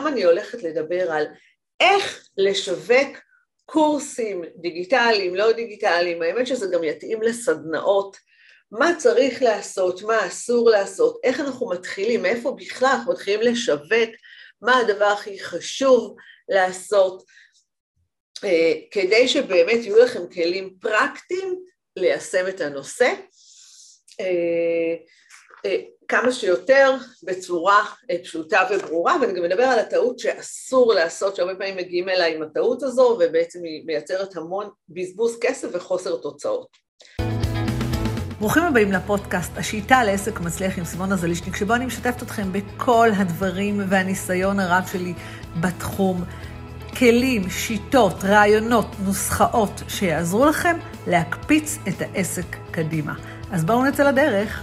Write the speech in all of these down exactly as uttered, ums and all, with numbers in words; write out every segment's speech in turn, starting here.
אני הולכת לדבר על איך לשווק קורסים דיגיטליים, לא דיגיטליים, האמת שזה גם יתאים לסדנאות, מה צריך לעשות, מה אסור לעשות, איך אנחנו מתחילים, מאיפה בכלל אנחנו מתחילים לשווק, מה הדבר הכי חשוב לעשות, כדי שבאמת יהיו לכם כלים פרקטיים ליישם את הנושא, כמה שיותר בצורה פשוטה וברורה, ואני גם מדבר על הטעות שאסור לעשות, שהרבה פעמים מגיעים אליי עם הטעות הזו, ובעצם היא מייצרת המון בזבוז כסף וחוסר תוצאות. ברוכים הבאים לפודקאסט, השיטה לעסק מצליח עם סימונה זלישניק, שבו אני משתפת אתכם בכל הדברים והניסיון הרב שלי בתחום, כלים, שיטות, רעיונות, נוסחאות שיעזרו לכם להקפיץ את העסק קדימה. אז בואו נצא לדרך.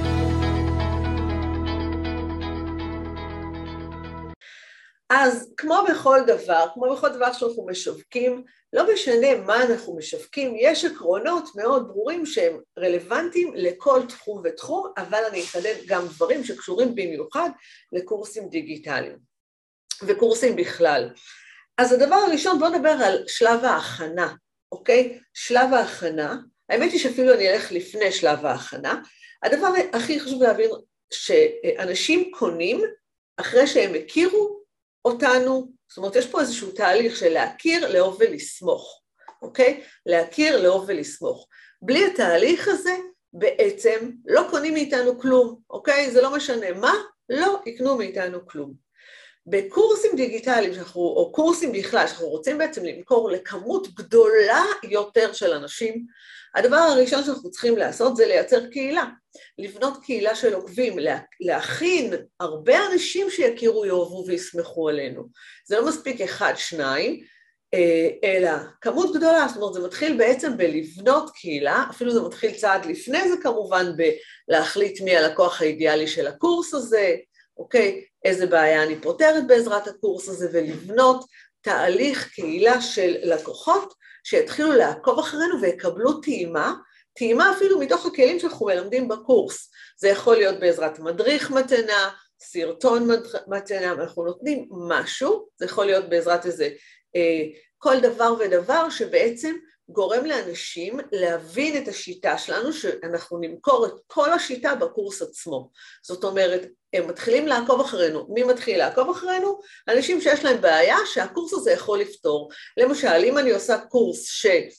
אז כמו בכל דבר, כמו בכל דבר שאנחנו משווקים, לא משנה מה אנחנו משווקים, יש עקרונות מאוד ברורים שהם רלוונטיים לכל תחום ותחום, אבל אני אחדד גם דברים שקשורים במיוחד לקורסים דיגיטליים וקורסים בכלל. אז הדבר הראשון, בואו נדבר על שלב ההכנה, אוקיי? שלב ההכנה, האמת היא שאפילו אני אלך לפני שלב ההכנה, הדבר הכי חשוב להבין שאנשים קונים אחרי שהם הכירו אותנו, זאת אומרת, יש פה איזשהו תהליך של להכיר, לאהוב ולסמוך, אוקיי? להכיר, לאהוב ולסמוך. בלי התהליך הזה, בעצם לא קונים מאיתנו כלום, אוקיי? זה לא משנה מה, לא יקנו מאיתנו כלום. בקורסים דיגיטליים, שאנחנו, או קורסים בכלל, שאנחנו רוצים בעצם למכור לכמות גדולה יותר של אנשים, הדבר הראשון שאנחנו צריכים לעשות זה לייצר קהילה, לבנות קהילה של עוקבים, להכין הרבה אנשים שיכירו, יאהבו ויסמכו עלינו. זה לא מספיק אחד, שניים, אלא כמות גדולה, זאת אומרת, זה מתחיל בעצם בלבנות קהילה, אפילו זה מתחיל צעד לפני זה כמובן, בלהחליט מי הלקוח האידיאלי של הקורס הזה, אוקיי, איזה בעיה אני פותרת בעזרת הקורס הזה, ולבנות תהליך קהילה של לקוחות שיתחילו לעקוב אחרינו ויקבלו טעימה, טעימה אפילו מתוך הכלים שאנחנו מלמדים בקורס. זה יכול להיות בעזרת מדריך מתנה, סרטון מתנה, אנחנו נותנים משהו, זה יכול להיות בעזרת איזה אה, כל דבר ודבר שבעצם גורם לאנשים להבין את השיטה שלנו, שאנחנו נמכור את כל השיטה בקורס עצמו. זאת אומרת, הם מתחילים לעקוב אחרינו. מי מתחיל לעקוב אחרינו? אנשים שיש להם בעיה שהקורס הזה יכול לפתור. למשל, אם אני עושה קורס שמלמד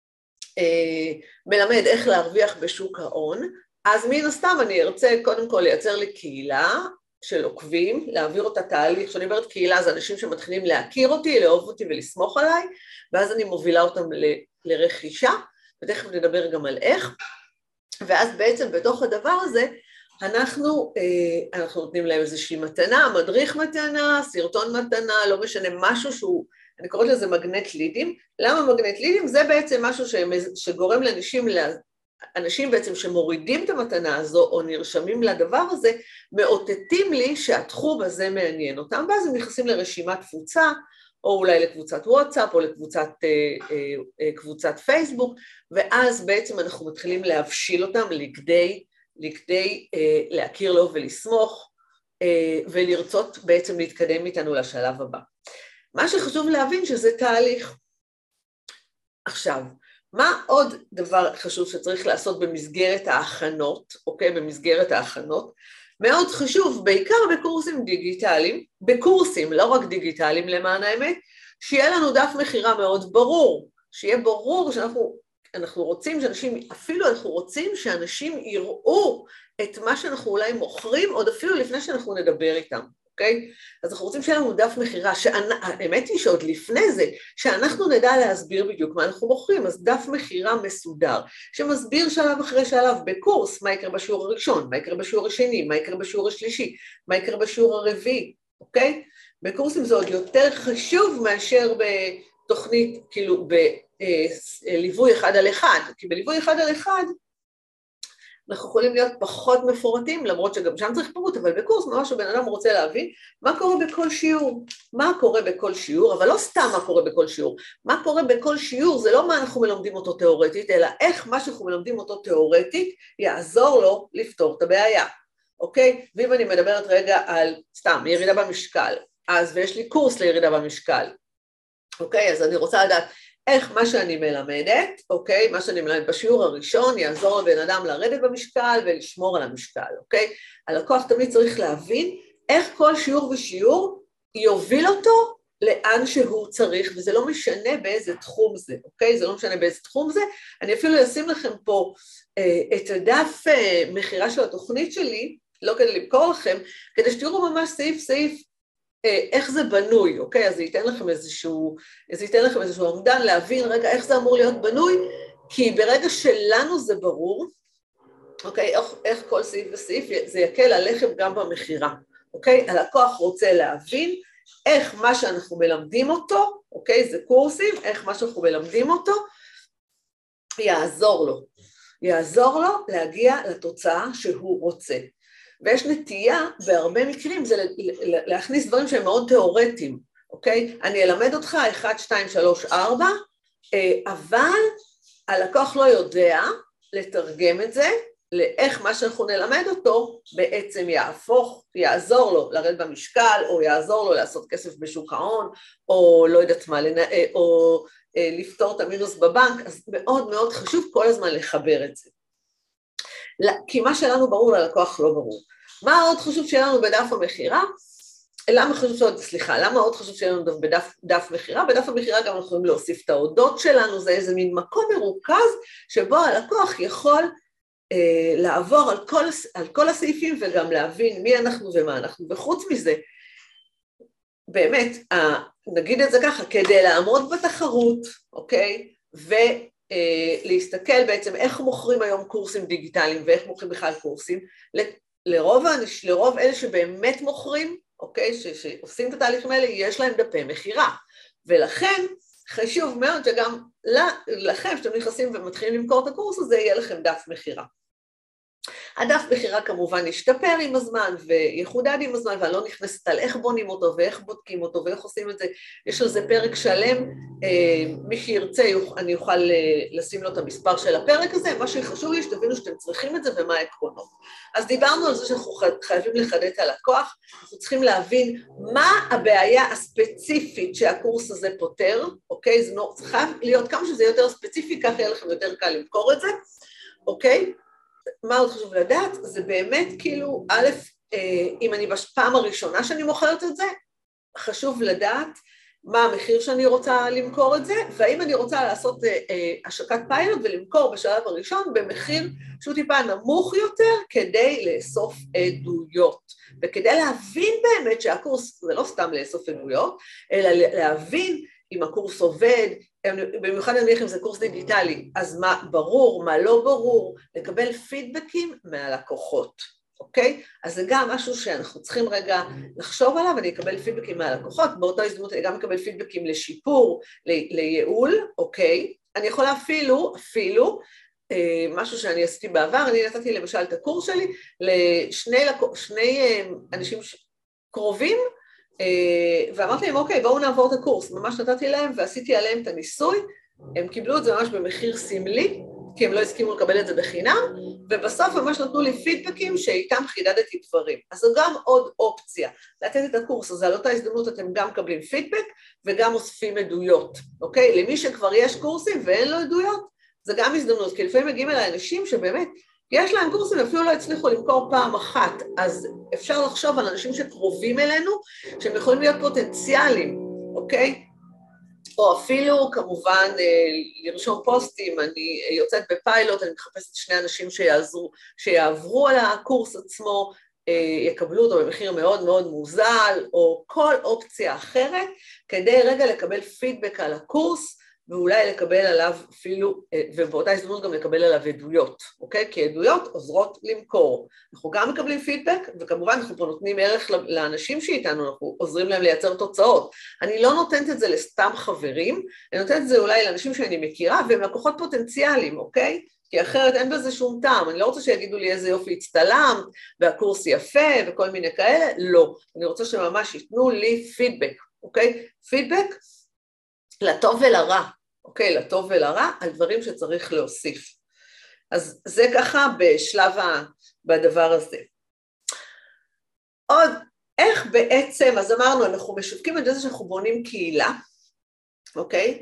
איך להרוויח בשוק ההון, אז מן הסתם אני ארצה קודם כל לייצר לי קהילה של עוקבים, להעביר אותה תהליך, כשאני אומרת קהילה, זה אנשים שמתחילים להכיר אותי, לאהוב אותי ולסמוך עליי, ואז אני מובילה אותם ל... לרכישה, ותכף נדבר גם על איך, ואז בעצם בתוך הדבר הזה, אנחנו, אנחנו נותנים להם איזושהי מתנה, מדריך מתנה, סרטון מתנה, לא משנה, משהו שהוא, אני קוראת לזה מגנט לידים. למה מגנט לידים? זה בעצם משהו שגורם לאנשים, אנשים בעצם שמורידים את המתנה הזו, או נרשמים לדבר הזה, מאותתים לי שהתחום הזה מעניין אותם, ואז הם נכנסים לרשימת תפוצה, או אולי לקבוצת וואטסאפ, או לקבוצת אה, אה, קבוצת פייסבוק, ואז בעצם אנחנו מתחילים להבשיל אותם לכדי, לכדי אה, להכיר לו ולסמוך, אה, ולרצות בעצם להתקדם איתנו לשלב הבא. מה שחשוב להבין שזה תהליך. עכשיו, מה עוד דבר חשוב שצריך לעשות במסגרת ההכנות, אוקיי? במסגרת ההכנות, מאוד חשוב, בעיקר בקורסים דיגיטליים, בקורסים, לא רק דיגיטליים למען האמת, שיהיה לנו דף מחירה מאוד ברור, שיהיה ברור שאנחנו אנחנו רוצים שאנשים, אפילו אנחנו רוצים שאנשים יראו את מה שאנחנו אולי מוכרים, עוד אפילו לפני שאנחנו נדבר איתם, אוקיי? אז אנחנו רוצים שיהיה לנו דף מחירה, האמת היא שעוד לפני זה, שאנחנו נדע להסביר בדיוק מה אנחנו מוכרים, אז דף מחירה מסודר, שמסביר שלב אחרי שלב בקורס, מה יקרה בשיעור הראשון, מה יקרה בשיעור השני, מה יקרה בשיעור השלישי, מה יקרה בשיעור הרביעי, אוקיי? בקורסים זה עוד יותר חשוב מאשר בתוכנית, כאילו בליווי אחד על אחד, כי בליווי אחד על אחד, אנחנו יכולים להיות פחות מפורטים, למרות שגם שם צריך פירוט, אבל בקורס ממש הבן אדם רוצה להבין מה קורה בכל שיעור, מה קורה בכל שיעור, אבל לא סתם מה קורה בכל שיעור, מה קורה בכל שיעור זה לא מה אנחנו מלמדים אותו תיאורטית, אלא איך מה שאנחנו מלמדים אותו תיאורטית יעזור לו לפתור את הבעיה, אוקיי? ואם אני מדברת רגע על סתם ירידה במשקל, אז ויש לי קורס לירידה במשקל, אוקיי? אז אני רוצה לדעת איך מה שאני מלמדת, אוקיי? מה שאני מלמדת בשיעור הראשון יעזור לבן אדם לרדת במשקל ולשמור על המשקל, אוקיי? הלקוח תמיד צריך להבין איך כל שיעור ושיעור יוביל אותו לאן שהוא צריך, וזה לא משנה באיזה תחום זה, אוקיי? זה לא משנה באיזה תחום זה. אני אפילו אשים לכם פה אה, את הדף אה, מחירה של התוכנית שלי, לא כדי למכור לכם, כדי שתראו ממש סעיף סעיף אה, איך זה בנוי, אוקיי? אז זה ייתן לכם איזשהו, זה ייתן לכם איזשהו עמדן להבין רגע איך זה אמור להיות בנוי, כי ברגע שלנו זה ברור, אוקיי? איך, איך כל סעיף וסעיף, זה יקל עליכם גם במחירה, אוקיי? הלקוח רוצה להבין איך מה שאנחנו מלמדים אותו, אוקיי? זה קורסים, איך מה שאנחנו מלמדים אותו, יעזור לו. יעזור לו להגיע לתוצאה שהוא רוצה. ויש נטייה, בהרבה מקרים, זה להכניס דברים שהם מאוד תיאורטיים, אוקיי? אני אלמד אותך אחת, שתיים, שלוש, ארבע, אבל הלקוח לא יודע לתרגם את זה, לאיך מה שאנחנו נלמד אותו בעצם יהפוך, יעזור לו לרדת במשקל, או יעזור לו לעשות כסף בשוק ההון, או לא יודעת מה, או לפתור את המינוס בבנק, אז מאוד מאוד חשוב כל הזמן לחבר את זה. כי מה שלנו ברור ללקוח לא ברור. מה עוד חשוב שיהיה לנו בדף המחירה? למה חשוב שעוד, סליחה, למה עוד חשוב שיהיה לנו בדף, דף מחירה? בדף המחירה גם אנחנו יכולים להוסיף את ההודות שלנו, זה איזה מין מקום מרוכז, שבו הלקוח יכול אה, לעבור על כל, על כל הסעיפים, וגם להבין מי אנחנו ומה אנחנו, וחוץ מזה, באמת, אה, נגיד את זה ככה, כדי לעמוד בתחרות, אוקיי? ו... להסתכל בעצם איך מוכרים היום קורסים דיגיטליים ואיך מוכרים בכלל קורסים, לרוב, לרוב אלה שבאמת מוכרים, אוקיי, ש, שעושים את התהליכים האלה, יש להם דפי מחירה, ולכן חשוב מאוד שגם לכם שאתם נכנסים ומתחילים למכור את הקורס הזה, יהיה לכם דף מחירה. הדף מחירה כמובן ישתפר עם הזמן ויחודד עם הזמן, ואני לא נכנסת על איך בונים אותו ואיך בודקים אותו ואיך עושים את זה, יש על זה פרק שלם, מי שירצה אני אוכל לשים לו את המספר של הפרק הזה, מה שחשוב לי שתבינו שאתם צריכים את זה ומה העקרונות. אז דיברנו על זה שאנחנו חייבים לחדד את הלקוח, אנחנו צריכים להבין מה הבעיה הספציפית שהקורס הזה פותר, אוקיי? זה צריך להיות כמה שזה יותר ספציפי, כך יהיה לכם יותר קל למכור את זה, אוקיי? מה עוד חשוב לדעת? זה באמת כאילו, א', אם אני בפעם הראשונה שאני מוכרת את זה, חשוב לדעת מה המחיר שאני רוצה למכור את זה, והאם אני רוצה לעשות השקת פיילוט ולמכור בשלב הראשון במחיר שהוא טיפה נמוך יותר, כדי לאסוף עדויות. וכדי להבין באמת שהקורס זה לא סתם לאסוף עדויות, אלא להבין אם הקורס עובד, במיוחד נניח אם זה קורס דיגיטלי, אז מה ברור, מה לא ברור, לקבל פידבקים מהלקוחות, אוקיי? אז זה גם משהו שאנחנו צריכים רגע לחשוב עליו, אני אקבל פידבקים מהלקוחות, באותה הזדמנות אני גם אקבל פידבקים לשיפור, לייעול, אוקיי? אני יכולה אפילו, אפילו, משהו שאני עשיתי בעבר, אני נתתי למשל את הקורס שלי לשני שני אנשים קרובים, ואמרתי להם, אוקיי, בואו נעבור את הקורס, ממש נתתי להם ועשיתי עליהם את הניסוי, הם קיבלו את זה ממש במחיר סמלי, כי הם לא הסכימו לקבל את זה בחינם, ובסוף ממש נתנו לי פידבקים שאיתם חידדתי דברים. אז זו גם עוד אופציה, לתת את הקורס, אז על אותה הזדמנות אתם גם מקבלים פידבק, וגם אוספים עדויות, אוקיי? למי שכבר יש קורסים ואין לו עדויות, זה גם הזדמנות, כי לפעמים מגיעים אליי אנשים שבאמת, יש להם קורסים, אפילו לא הצליחו למכור פעם אחת, אז אפשר לחשוב על אנשים שקרובים אלינו, שהם יכולים להיות פוטנציאליים, אוקיי? או אפילו כמובן לרשום פוסטים, אני יוצאת בפיילוט, אני מחפשת שני אנשים שיעזרו, שיעברו על הקורס עצמו, יקבלו אותו במחיר מאוד מאוד מוזל, או כל אופציה אחרת, כדי רגע לקבל פידבק על הקורס, ואולי לקבל עליו אפילו, ובאותה הזדמנות גם לקבל עליו עדויות, אוקיי? כי עדויות עוזרות למכור. אנחנו גם מקבלים פידבק, וכמובן אנחנו פה נותנים ערך לאנשים שאיתנו, אנחנו עוזרים להם לייצר תוצאות. אני לא נותנת את זה לסתם חברים, אני נותנת את זה אולי לאנשים שאני מכירה, והם לקוחות פוטנציאליים, אוקיי? כי אחרת אין בזה שום טעם, אני לא רוצה שיגידו לי איזה יופי הצטלמת, והקורס יפה וכל מיני כאלה, לא. אני רוצה שממש ייתנו לי פידבק, אוקיי? פידבק, לטוב ולרע, אוקיי, לטוב ולרע, על דברים שצריך להוסיף. אז זה ככה בשלב ה... בדבר הזה. עוד איך בעצם, אז אמרנו, אנחנו משווקים את זה שאנחנו בונים קהילה, אוקיי?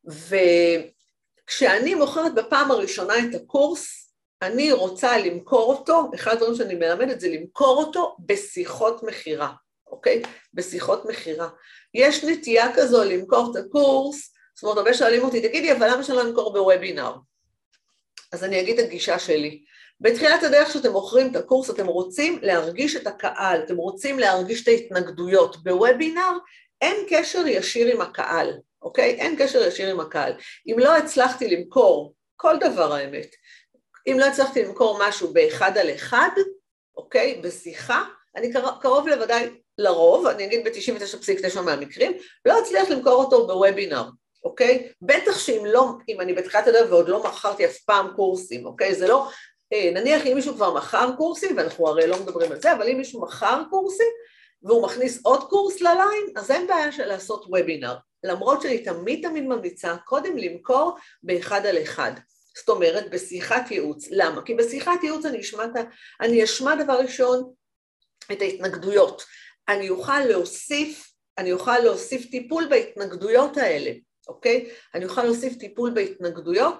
וכשאני מוכרת בפעם הראשונה את הקורס, אני רוצה למכור אותו, אחד הדברים שאני מלמדת זה למכור אותו בשיחות מחירה, אוקיי? בשיחות מחירה. יש נטייה כזו למכור את הקורס, זאת אומרת, הרבה שואלים אותי, תגידי, אבל למה שאני לא למכור בוובינר? אז אני אגיד את הגישה שלי. בתחילת הדרך שאתם מוכרים את הקורס, אתם רוצים להרגיש את הקהל, אתם רוצים להרגיש את ההתנגדויות. בוובינר אין קשר ישיר עם הקהל, אוקיי? אין קשר ישיר עם הקהל. אם לא הצלחתי למכור, כל דבר האמת, אם לא הצלחתי למכור משהו באחד על אחד, אוקיי? בשיחה, אני קרוב לוודאי לרוב, אני אגיד ב-תשעים ותשע נקודה תשע מהמקרים, לא אצליח למכור אותו בוובינר. אוקיי? בטח שאם לא, אם אני בתחילת הדרך ועוד לא מכרתי אף פעם קורסים, אוקיי? זה לא, נניח אם מישהו כבר מכר קורסים, ואנחנו הרי לא מדברים על זה, אבל אם מישהו מכר קורסים, והוא מכניס עוד קורס לליין, אז אין בעיה של לעשות וובינר. למרות שאני תמיד תמיד ממליצה, קודם למכור באחד על אחד. זאת אומרת, בשיחת ייעוץ. למה? כי בשיחת ייעוץ אני אשמע, אני אשמע דבר ראשון את ההתנגדויות. אני אוכל להוסיף, אני אוכל להוסיף טיפול בהתנגדויות האלה. אוקיי? אני אוכל להוסיף טיפול בהתנגדויות,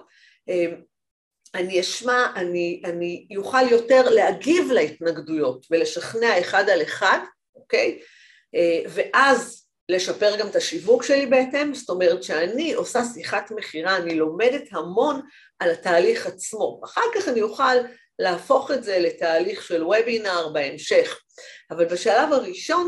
אני אשמע, אני, אני יוכל יותר להגיב להתנגדויות ולשכנע אחד על אחד, אוקיי? ואז לשפר גם את השיווק שלי בהתאם, זאת אומרת שאני עושה שיחת מחירה, אני לומדת המון על התהליך עצמו, אחר כך אני אוכל להפוך את זה לתהליך של וובינר בהמשך, אבל בשלב הראשון,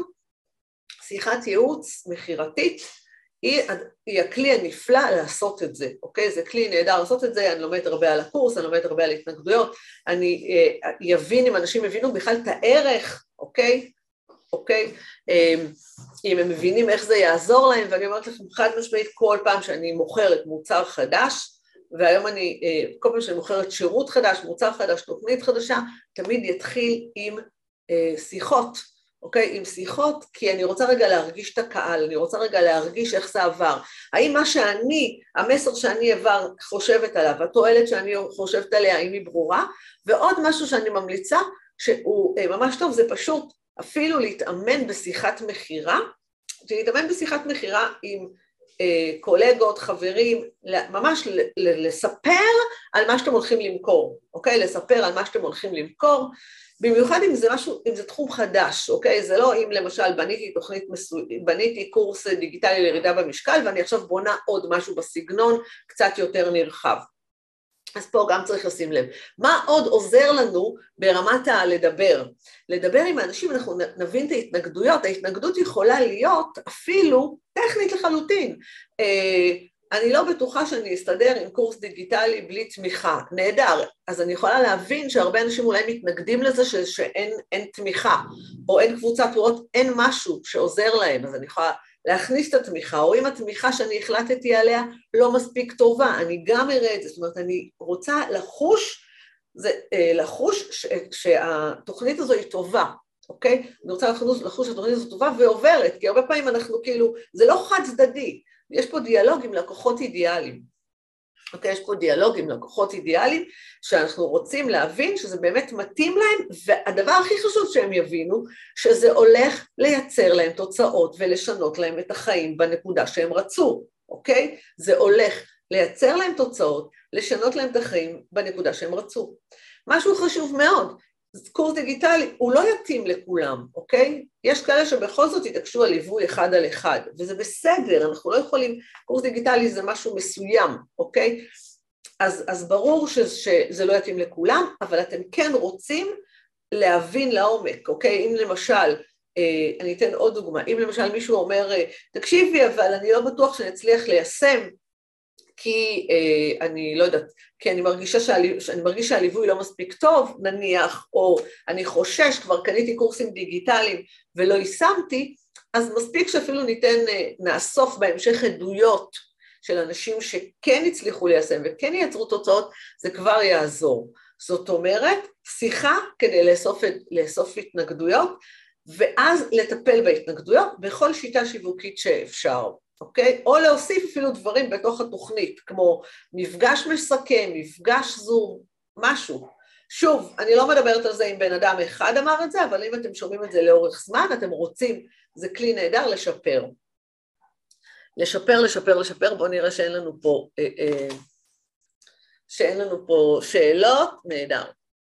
שיחת ייעוץ מחירתית, היא, היא הכלי הנפלא לעשות את זה, אוקיי? זה כלי נהדר לעשות את זה, אני לומדת הרבה על הקורס, אני לומדת הרבה על התנגדויות, אני אה, יבין אם אנשים יבינו בכלל את הערך, אוקיי? אוקיי? אה, אם הם מבינים איך זה יעזור להם, ואני אומרת לכם חד משמעית כל פעם שאני מוכרת מוצר חדש, והיום אני, אה, כל פעם שאני מוכרת שירות חדש, מוצר חדש, תוכנית חדשה, תמיד יתחיל עם אה, שיחות, אוקיי, עם שיחות, כי אני רוצה רגע להרגיש את הקהל, אני רוצה רגע להרגיש איך זה עבר. האם מה שאני, המסר שאני עבר חושבת עליו, התועלת שאני חושבת עליה, האם היא ברורה? ועוד משהו שאני ממליצה, שהוא ממש טוב, זה פשוט אפילו להתאמן בשיחת מחירה, להתאמן בשיחת מחירה עם אה, קולגות, חברים, ממש לספר על מה שאתם הולכים למכור, אוקיי? לספר על מה שאתם הולכים למכור, במיוחד אם זה משהו, אם זה תחום חדש, אוקיי? זה לא אם למשל בניתי תוכנית מסוימת, בניתי קורס דיגיטלי לירידה במשקל, ואני עכשיו בונה עוד משהו בסגנון קצת יותר נרחב. אז פה גם צריך לשים לב. מה עוד עוזר לנו ברמת הלדבר? לדבר עם האנשים, אנחנו נבין את ההתנגדויות, ההתנגדות יכולה להיות אפילו טכנית לחלוטין. אני לא בטוחה שאני אסתדר עם קורס דיגיטלי בלי תמיכה, נהדר, אז אני יכולה להבין שהרבה אנשים אולי מתנגדים לזה ש, שאין אין תמיכה, או אין קבוצת לראות, אין משהו שעוזר להם, אז אני יכולה להכניס את התמיכה, או אם התמיכה שאני החלטתי עליה לא מספיק טובה, אני גם אראה את זה, זאת אומרת, אני רוצה לחוש, זה, לחוש ש, שהתוכנית הזו היא טובה, אוקיי? אני רוצה לחוש, לחוש שהתוכנית הזו טובה ועוברת, כי הרבה פעמים אנחנו כאילו, זה לא חד צדדי, יש פה דיאלוג עם לקוחות אידיאליים, אוקיי? יש פה דיאלוג עם לקוחות אידיאליים, שאנחנו רוצים להבין שזה באמת מתאים להם, והדבר הכי חשוב שהם יבינו, שזה הולך לייצר להם תוצאות, ולשנות להם את החיים בנקודה שהם רצו, אוקיי? זה הולך לייצר להם תוצאות, לשנות להם את החיים בנקודה שהם רצו. משהו חשוב מאוד, קורס דיגיטלי, הוא לא יתאים לכולם, אוקיי? יש כאלה שבכל זאת יתעקשו על ליווי אחד על אחד, וזה בסדר, אנחנו לא יכולים, קורס דיגיטלי זה משהו מסוים, אוקיי? אז, אז ברור ש, שזה לא יתאים לכולם, אבל אתם כן רוצים להבין לעומק, אוקיי? אם למשל, אני אתן עוד דוגמה, אם למשל מישהו אומר, תקשיבי, אבל אני לא בטוח שאני אצליח ליישם, כי אה, אני לא יודעת, כי אני מרגישה שהלי, שאני מרגיש שהליווי לא מספיק טוב, נניח, או אני חושש, כבר קניתי קורסים דיגיטליים ולא יישמתי, אז מספיק שאפילו ניתן, נאסוף בהמשך עדויות של אנשים שכן הצליחו ליישם וכן ייצרו תוצאות, זה כבר יעזור. זאת אומרת, שיחה כדי לאסוף, לאסוף התנגדויות, ואז לטפל בהתנגדויות בכל שיטה שיווקית שאפשר. אוקיי? או להוסיף אפילו דברים בתוך התוכנית, כמו מפגש מסכם, מפגש זום, משהו. שוב, אני לא מדברת על זה אם בן אדם אחד אמר את זה, אבל אם אתם שומעים את זה לאורך זמן, אתם רוצים, זה כלי נהדר לשפר. לשפר, לשפר, לשפר, בואו נראה שאין לנו פה, אה, אה, שאין לנו פה שאלות, נהדר.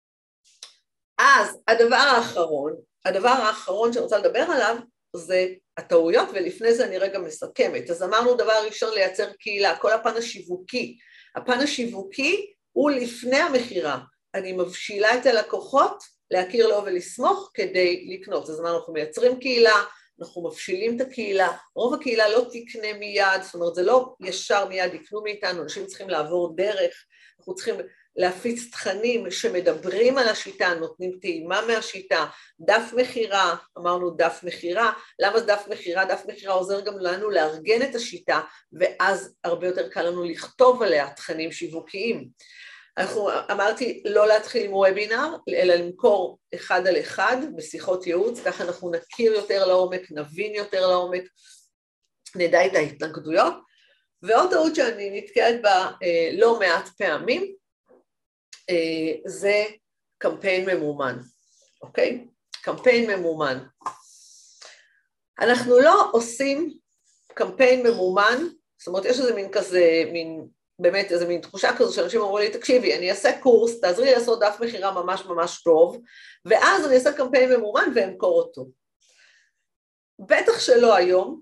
אז הדבר האחרון, הדבר האחרון שאני רוצה לדבר עליו, זה הטעויות, ולפני זה אני רגע מסכמת. אז אמרנו דבר ראשון, לייצר קהילה, כל הפן השיווקי. הפן השיווקי הוא לפני המחירה. אני מבשילה את הלקוחות, להכיר לו ולסמוך כדי לקנות. אז אמרנו, אנחנו מייצרים קהילה, אנחנו מבשילים את הקהילה, רוב הקהילה לא תקנה מיד, זאת אומרת, זה לא ישר מיד יקנו מאיתנו, אנשים צריכים לעבור דרך, אנחנו צריכים להפיץ תכנים שמדברים על השיטה, נותנים טעימה מהשיטה, דף מחירה, אמרנו דף מחירה, למה זה דף מחירה? דף מחירה עוזר גם לנו לארגן את השיטה, ואז הרבה יותר קל לנו לכתוב עליה תכנים שיווקיים. אנחנו אמרתי לא להתחיל עם וובינר, אלא למכור אחד על אחד בשיחות ייעוץ, ככה אנחנו נכיר יותר לעומק, נבין יותר לעומק, נדע את ההתנגדויות, ועוד טעות שאני נתקעת בה אה, לא מעט פעמים, אה, זה קמפיין ממומן, אוקיי? קמפיין ממומן. אנחנו לא עושים קמפיין ממומן, זאת אומרת יש איזה מין כזה, מין, באמת איזה מין תחושה כזו שאנשים אמרו לי, תקשיבי, אני אעשה קורס, תעזרי לי לעשות דף מחירה ממש ממש טוב, ואז אני אעשה קמפיין ממומן ואמכור אותו. בטח שלא היום,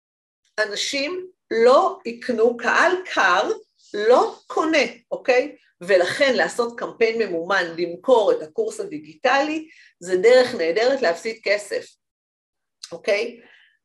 אנשים לא יקנו, קהל קר לא קונה, אוקיי? ולכן לעשות קמפיין ממומן, למכור את הקורס הדיגיטלי, זה דרך נהדרת להפסיד כסף, אוקיי?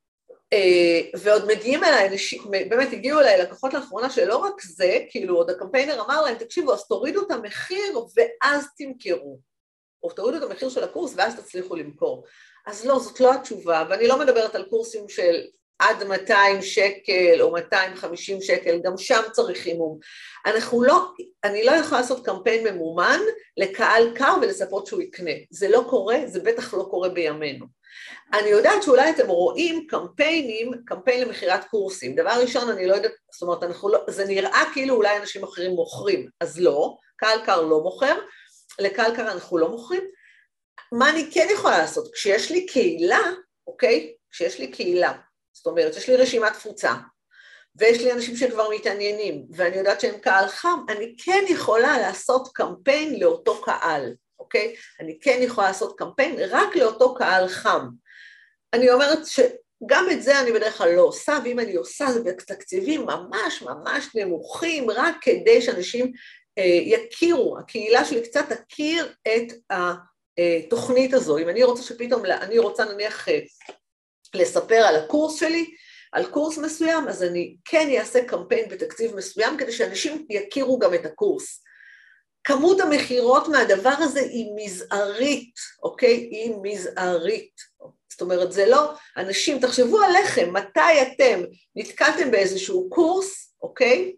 ועוד מגיעים אליי, באמת הגיעו אליי לקוחות לאחרונה שלא רק זה, כאילו עוד הקמפיינר אמר להם, תקשיבו, אז תורידו את המחיר ואז תמכרו, או תורידו את המחיר של הקורס ואז תצליחו למכור. אז לא, זאת לא התשובה, ואני לא מדברת על קורסים של עד מאתיים שקל או מאתיים וחמישים שקל, גם שם צריך חימום. אנחנו לא, אני לא יכולה לעשות קמפיין ממומן לקהל קר ולספות שהוא יקנה. זה לא קורה, זה בטח לא קורה בימינו. אני יודעת שאולי אתם רואים קמפיינים, קמפיין למחירת קורסים. דבר ראשון, אני לא יודעת, זאת אומרת, אנחנו לא, זה נראה כאילו אולי אנשים אחרים מוכרים, אז לא, קהל קר לא מוכר, לקהל קר אנחנו לא מוכרים. מה אני כן יכולה לעשות? כשיש לי קהילה, אוקיי? כשיש לי קהילה, זאת אומרת, יש לי רשימת תפוצה, ויש לי אנשים שכבר מתעניינים, ואני יודעת שהם קהל חם, אני כן יכולה לעשות קמפיין לאותו קהל, אוקיי? אני כן יכולה לעשות קמפיין רק לאותו קהל חם. אני אומרת שגם את זה אני בדרך כלל לא עושה, ואם אני עושה זה בתקציבים ממש ממש נמוכים, רק כדי שאנשים אה, יכירו, הקהילה שלי קצת תכיר את התוכנית הזו. אם אני רוצה שפתאום, אני רוצה נניח אה, לספר על הקורס שלי, על קורס מסוים, אז אני כן אעשה קמפיין בתקציב מסוים, כדי שאנשים יכירו גם את הקורס. כמות המחירות מהדבר הזה היא מזערית, אוקיי? היא מזערית. זאת אומרת, זה לא, אנשים, תחשבו עליכם, מתי אתם נתקלתם באיזשהו קורס, אוקיי?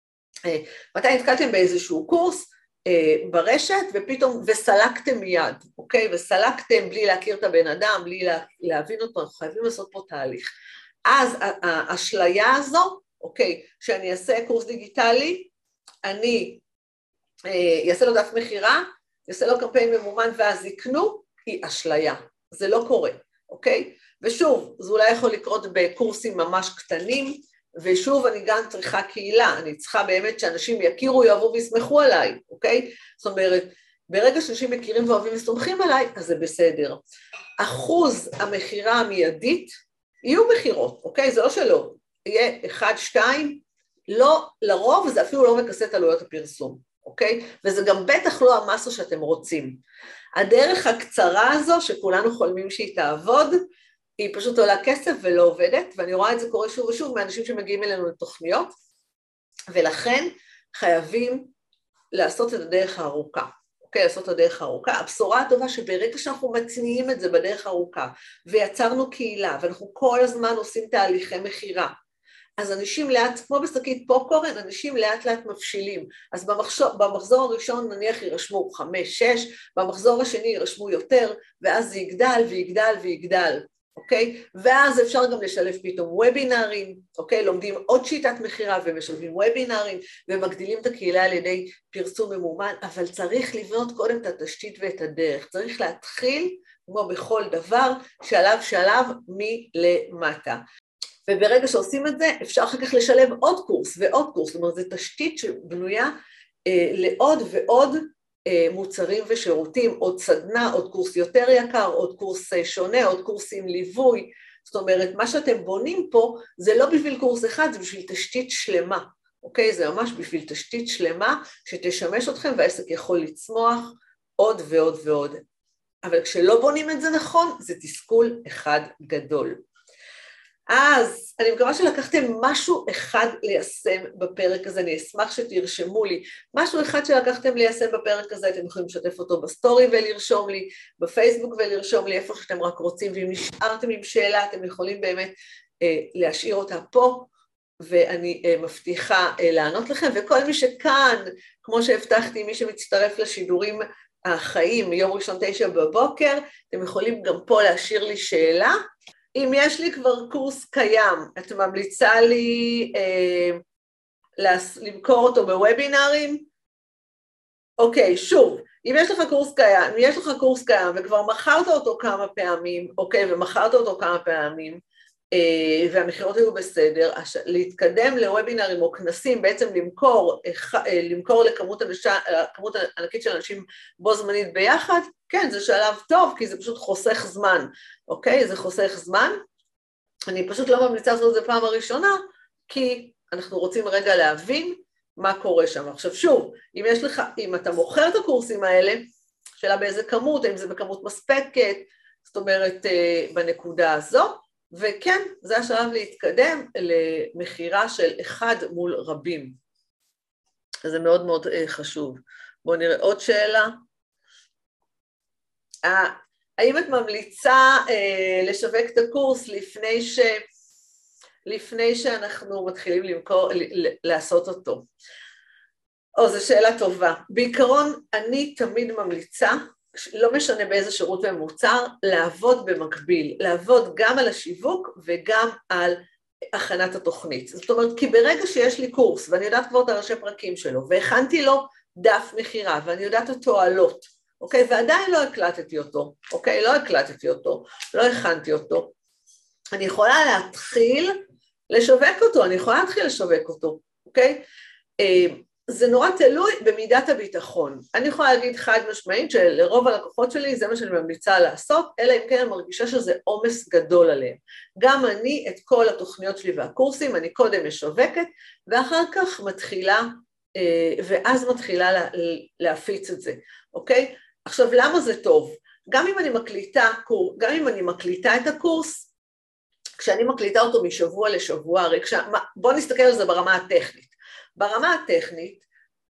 מתי נתקלתם באיזשהו קורס אה, ברשת, ופתאום, וסלקתם מיד, אוקיי? וסלקתם בלי להכיר את הבן אדם, בלי לה, להבין אותו, אנחנו חייבים לעשות פה תהליך. אז האשליה הזו, אוקיי, שאני אעשה קורס דיגיטלי, אני אעשה לו דף מחירה, אעשה לו קמפיין ממומן ואז יקנו, היא אשליה, זה לא קורה, אוקיי? ושוב, זה אולי יכול לקרות בקורסים ממש קטנים, ושוב אני גם צריכה קהילה, אני צריכה באמת שאנשים יכירו, יאהבו ויסמכו עליי, אוקיי? זאת אומרת, ברגע שאנשים מכירים ואוהבים וסומכים עליי, אז זה בסדר. אחוז המחירה המיידית, יהיו מחירות, אוקיי? זה לא שלא, יהיה אחד, שתיים, לא, לרוב זה אפילו לא מכסה את עלויות הפרסום, אוקיי? וזה גם בטח לא המסה שאתם רוצים. הדרך הקצרה הזו, שכולנו חולמים שהיא תעבוד, היא פשוט עולה כסף ולא עובדת, ואני רואה את זה קורה שוב ושוב מאנשים שמגיעים אלינו לתוכניות, ולכן חייבים לעשות את הדרך הארוכה. אוקיי, לעשות את הדרך הארוכה. הבשורה הטובה שברגע שאנחנו מצניעים את זה בדרך הארוכה, ויצרנו קהילה, ואנחנו כל הזמן עושים תהליכי מחירה, אז אנשים לאט, כמו בשקית פופקורן, אנשים לאט לאט מבשילים. אז במחזור, במחזור הראשון נניח יירשמו חמש, שש, במחזור השני יירשמו יותר, ואז זה יגדל ויגדל ויגדל. אוקיי? ואז אפשר גם לשלב פתאום וובינרים, אוקיי? לומדים עוד שיטת מחירה ומשלבים וובינרים, ומגדילים את הקהילה על ידי פרסום ממומן, אבל צריך לבנות קודם את התשתית ואת הדרך, צריך להתחיל, כמו בכל דבר, שלב שלב מלמטה. וברגע שעושים את זה, אפשר אחר כך לשלב עוד קורס ועוד קורס, זאת אומרת, זו תשתית שבנויה אה, לעוד ועוד אה, מוצרים ושירותים, עוד סדנה, עוד קורס יותר יקר, עוד קורס אה, שונה, עוד קורס עם ליווי, זאת אומרת, מה שאתם בונים פה, זה לא בשביל קורס אחד, זה בשביל תשתית שלמה, אוקיי? זה ממש בשביל תשתית שלמה, שתשמש אתכם והעסק יכול לצמוח עוד ועוד ועוד. אבל כשלא בונים את זה נכון, זה תסכול אחד גדול. אז אני מקווה שלקחתם משהו אחד ליישם בפרק הזה, אני אשמח שתרשמו לי, משהו אחד שלקחתם ליישם בפרק הזה, אתם יכולים לשתף אותו בסטורי ולרשום לי, בפייסבוק ולרשום לי איפה שאתם רק רוצים, ואם נשארתם עם שאלה, אתם יכולים באמת אה, להשאיר אותה פה, ואני אה, מבטיחה אה, לענות לכם, וכל מי שכאן, כמו שהבטחתי, מי שמצטרף לשידורים החיים, מיום ראשון תשע בבוקר, אתם יכולים גם פה להשאיר לי שאלה, אם יש לי כבר קורס קיים, את ממליצה לי אה, למכור אותו בוובינרים? אוקיי, שוב, אם יש לך קורס קיים, אם יש לך קורס קיים וכבר מכרת אותו כמה פעמים, אוקיי, ומכרת אותו כמה פעמים, אה, והמחירות היו בסדר, להתקדם לוובינרים או כנסים, בעצם למכור, אה, למכור לכמות אנשה, כמות ענקית של אנשים בו זמנית ביחד, כן, זה שלב טוב, כי זה פשוט חוסך זמן, אוקיי? זה חוסך זמן. אני פשוט לא ממליצה לעשות את זה פעם הראשונה, כי אנחנו רוצים רגע להבין מה קורה שם. עכשיו שוב, אם יש לך, אם אתה מוכר את הקורסים האלה, שאלה באיזה כמות, האם זה בכמות מספקת, זאת אומרת, בנקודה הזו, וכן, זה השלב להתקדם למחירה של אחד מול רבים. אז זה מאוד מאוד חשוב. בואו נראה עוד שאלה. האם את ממליצה אה, לשווק את הקורס לפני, ש, לפני שאנחנו מתחילים למכור, ל, ל, לעשות אותו? או, זו שאלה טובה. בעיקרון, אני תמיד ממליצה, לא משנה באיזה שירות ומוצר, לעבוד במקביל, לעבוד גם על השיווק וגם על הכנת התוכנית. זאת אומרת, כי ברגע שיש לי קורס, ואני יודעת כבר את הראשי פרקים שלו, והכנתי לו דף מחירה, ואני יודעת התועלות, אוקיי, ועדיין לא הקלטתי אותו, אוקיי, לא הקלטתי אותו, לא הכנתי אותו. אני יכולה להתחיל לשווק אותו, אני יכולה להתחיל לשווק אותו, אוקיי? זה נורא תלוי במידת הביטחון. אני יכולה להגיד חד משמעית שלרוב הלקוחות שלי זה מה שאני ממליצה לעשות, אלא אם כן אני מרגישה שזה עומס גדול עליהם. גם אני את כל התוכניות שלי והקורסים, אני קודם משווקת, ואחר כך מתחילה, ואז מתחילה להפיץ את זה, אוקיי? עכשיו, למה זה טוב? גם אם אני מקליטה, גם אם אני מקליטה את הקורס, כשאני מקליטה אותו משבוע לשבוע, הרי כש... בואו נסתכל על זה ברמה הטכנית. ברמה הטכנית,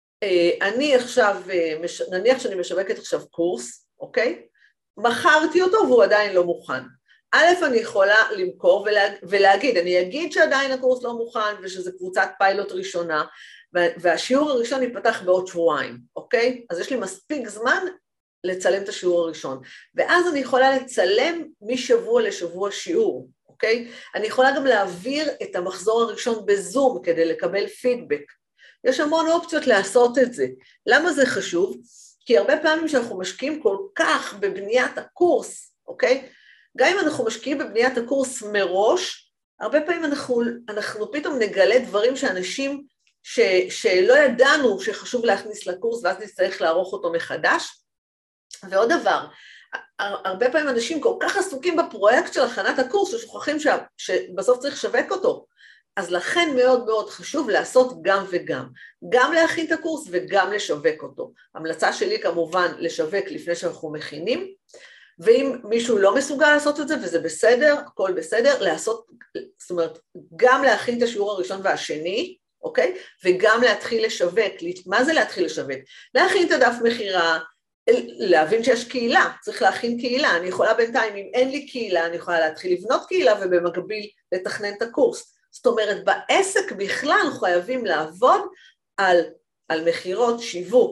אני עכשיו, נניח שאני משווקת עכשיו קורס, אוקיי? מכרתי אותו והוא עדיין לא מוכן. א', אני יכולה למכור ולה... ולהגיד, אני אגיד שעדיין הקורס לא מוכן ושזה קבוצת פיילוט ראשונה, והשיעור הראשון ייפתח בעוד שבועיים, אוקיי? אז יש לי מספיק זמן לצלם את השיעור הראשון, ואז אני יכולה לצלם משבוע לשבוע שיעור, אוקיי? אני יכולה גם להעביר את המחזור הראשון בזום כדי לקבל פידבק. יש המון אופציות לעשות את זה. למה זה חשוב? כי הרבה פעמים שאנחנו משקיעים כל כך בבניית הקורס, אוקיי? גם אם אנחנו משקיעים בבניית הקורס מראש, הרבה פעמים אנחנו, אנחנו פתאום נגלה דברים שאנשים ש, שלא ידענו שחשוב להכניס לקורס, ואז נצטרך לערוך אותו מחדש. ועוד דבר, הרבה פעמים אנשים כל כך עסוקים בפרויקט של הכנת הקורס, ששוכחים ש, שבסוף צריך לשווק אותו. אז לכן מאוד מאוד חשוב לעשות גם וגם. גם להכין את הקורס וגם לשווק אותו. המלצה שלי כמובן לשווק לפני שאנחנו מכינים, ואם מישהו לא מסוגל לעשות את זה, וזה בסדר, הכל בסדר, לעשות, זאת אומרת, גם להכין את השיעור הראשון והשני, אוקיי? וגם להתחיל לשווק. מה זה להתחיל לשווק? להכין את הדף מחירה, להבין שיש קהילה, צריך להכין קהילה. אני יכולה בינתיים, אם אין לי קהילה, אני יכולה להתחיל לבנות קהילה, ובמקביל לתכנן את הקורס. זאת אומרת, בעסק בכלל חייבים לעבוד על, על מחירות, שיווק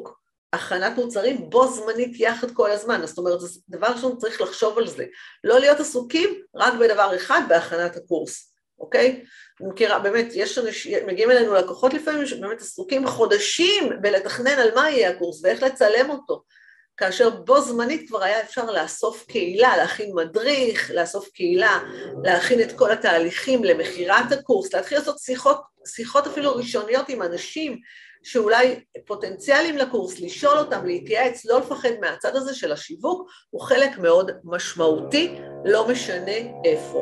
הכנת מוצרים בו זמנית יחד כל הזמן, זאת אומרת, זה דבר ראשון צריך לחשוב על זה, לא להיות עסוקים רק בדבר אחד בהכנת הקורס, אוקיי? אני מכירה, באמת, יש אנשים, מגיעים אלינו לקוחות לפעמים שבאמת עסוקים חודשים בלתכנן על מה יהיה הקורס ואיך לצלם אותו, כאשר בו זמנית כבר היה אפשר לאסוף קהילה, להכין מדריך, לאסוף קהילה, להכין את כל התהליכים למחירת הקורס, להתחיל לעשות שיחות, שיחות אפילו ראשוניות עם אנשים שאולי פוטנציאליים לקורס, לשאול אותם, להתייעץ, לא לפחד מהצד הזה של השיווק, הוא חלק מאוד משמעותי, לא משנה איפה.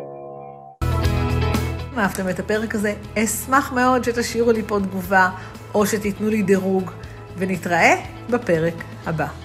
אם אהבתם את הפרק הזה, אשמח מאוד שתשאירו לי פה תגובה, או שתיתנו לי דירוג, ונתראה בפרק הבא.